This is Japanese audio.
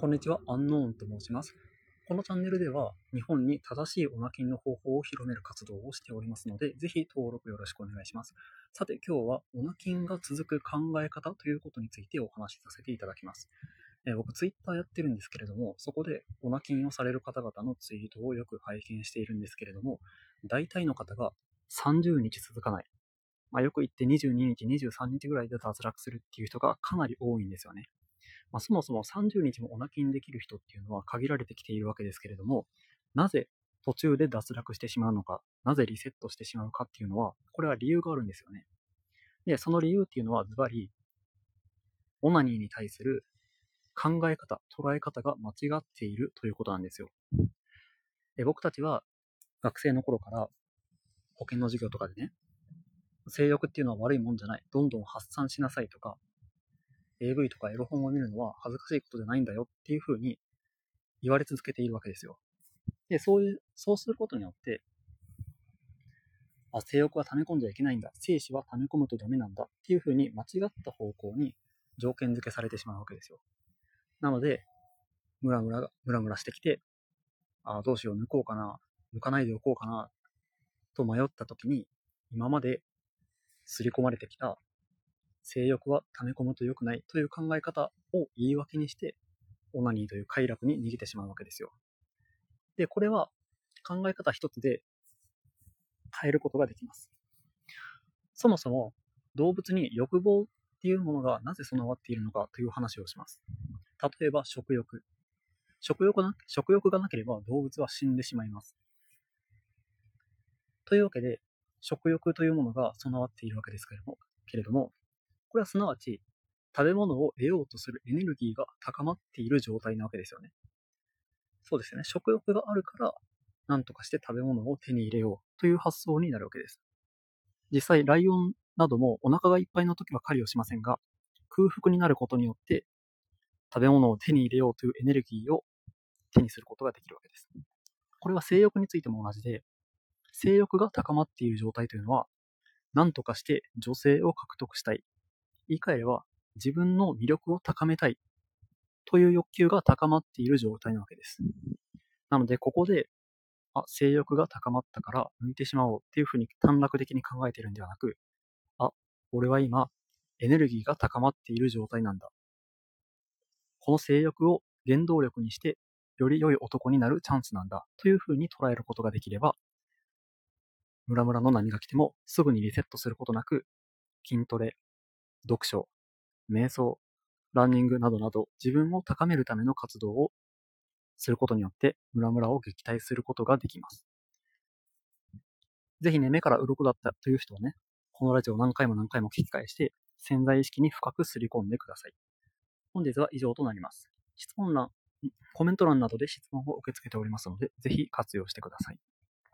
こんにちは、アンノーンと申します。このチャンネルでは、日本に正しいオナキンの方法を広める活動をしておりますので、ぜひ登録よろしくお願いします。さて、今日はオナキンが続く考え方ということについてお話しさせていただきます。僕、ツイッターやってるんですけれども、そこでオナキンをされる方々のツイートをよく拝見しているんですけれども、大体の方が30日続かない。よく言って22日、23日ぐらいで脱落するっていう人がかなり多いんですよね。そもそも30日もオナキンできる人っていうのは限られてきているわけですけれども、なぜ途中で脱落してしまうのか、なぜリセットしてしまうかっていうのは、これは理由があるんですよね。で、その理由っていうのはズバリ、オナニーに対する考え方、捉え方が間違っているということなんですよ。僕たちは学生の頃から保険の授業とかでね、性欲っていうのは悪いもんじゃない、どんどん発散しなさいとか、AV とかエロ本を見るのは恥ずかしいことじゃないんだよっていう風に言われ続けているわけですよ。で、そうすることによって、性欲は溜め込んじゃいけないんだ、精子は溜め込むとダメなんだっていう風に間違った方向に条件付けされてしまうわけですよ。なので、ムラムラしてきて、どうしよう、抜こうかな、抜かないでおこうかな、と迷った時に、今まで刷り込まれてきた性欲は溜め込むと良くないという考え方を言い訳にして、オナニーという快楽に逃げてしまうわけですよ。で、これは考え方一つで変えることができます。そもそも動物に欲望っていうものがなぜ備わっているのかという話をします。例えば食欲。食欲がなければ動物は死んでしまいます。というわけで、食欲というものが備わっているわけですけれども、これはすなわち食べ物を得ようとするエネルギーが高まっている状態なわけですよね。そうですよね。食欲があるから、何とかして食べ物を手に入れようという発想になるわけです。実際、ライオンなどもお腹がいっぱいの時は狩りをしませんが、空腹になることによって食べ物を手に入れようというエネルギーを手にすることができるわけです。これは性欲についても同じで、性欲が高まっている状態というのは、何とかして女性を獲得したい。言い換えれば、自分の魅力を高めたいという欲求が高まっている状態なわけです。なので、ここで、性欲が高まったから抜いてしまおうっていうふうに短絡的に考えているんではなく、俺は今、エネルギーが高まっている状態なんだ。この性欲を原動力にして、より良い男になるチャンスなんだというふうに捉えることができれば、ムラムラの波が来てもすぐにリセットすることなく、筋トレ、読書、瞑想、ランニングなどなど自分を高めるための活動をすることによってムラムラを撃退することができます。ぜひね、目から鱗だったという人はね、このラジオを何回も聞き返して潜在意識に深くすり込んでください。本日は以上となります。コメント欄などで質問を受け付けておりますので、ぜひ活用してください。